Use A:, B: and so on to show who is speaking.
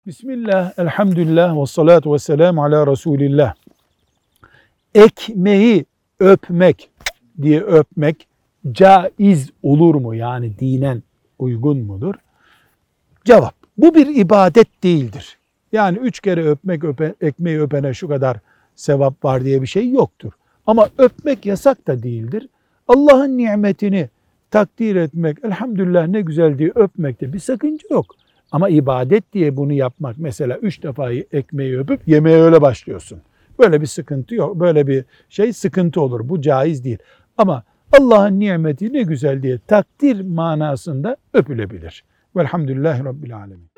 A: Bismillah, elhamdülillah ve salatu ve selamu ala Resulillah. Ekmeği öpmek diye öpmek caiz olur mu? Yani dinen uygun mudur? Cevap, bu bir ibadet değildir. Yani 3 kere ekmeği öpene şu kadar sevap var diye bir şey yoktur. Ama öpmek yasak da değildir. Allah'ın nimetini takdir etmek, elhamdülillah ne güzel diye öpmekte bir sakınca yok. Ama ibadet diye bunu yapmak, mesela 3 defa ekmeği öpüp yemeğe öyle başlıyorsun. Böyle bir sıkıntı yok. Böyle bir şey sıkıntı olur. Bu caiz değil. Ama Allah'ın nimeti ne güzel diye takdir manasında öpülebilir. Velhamdülillahi Rabbil Alemin.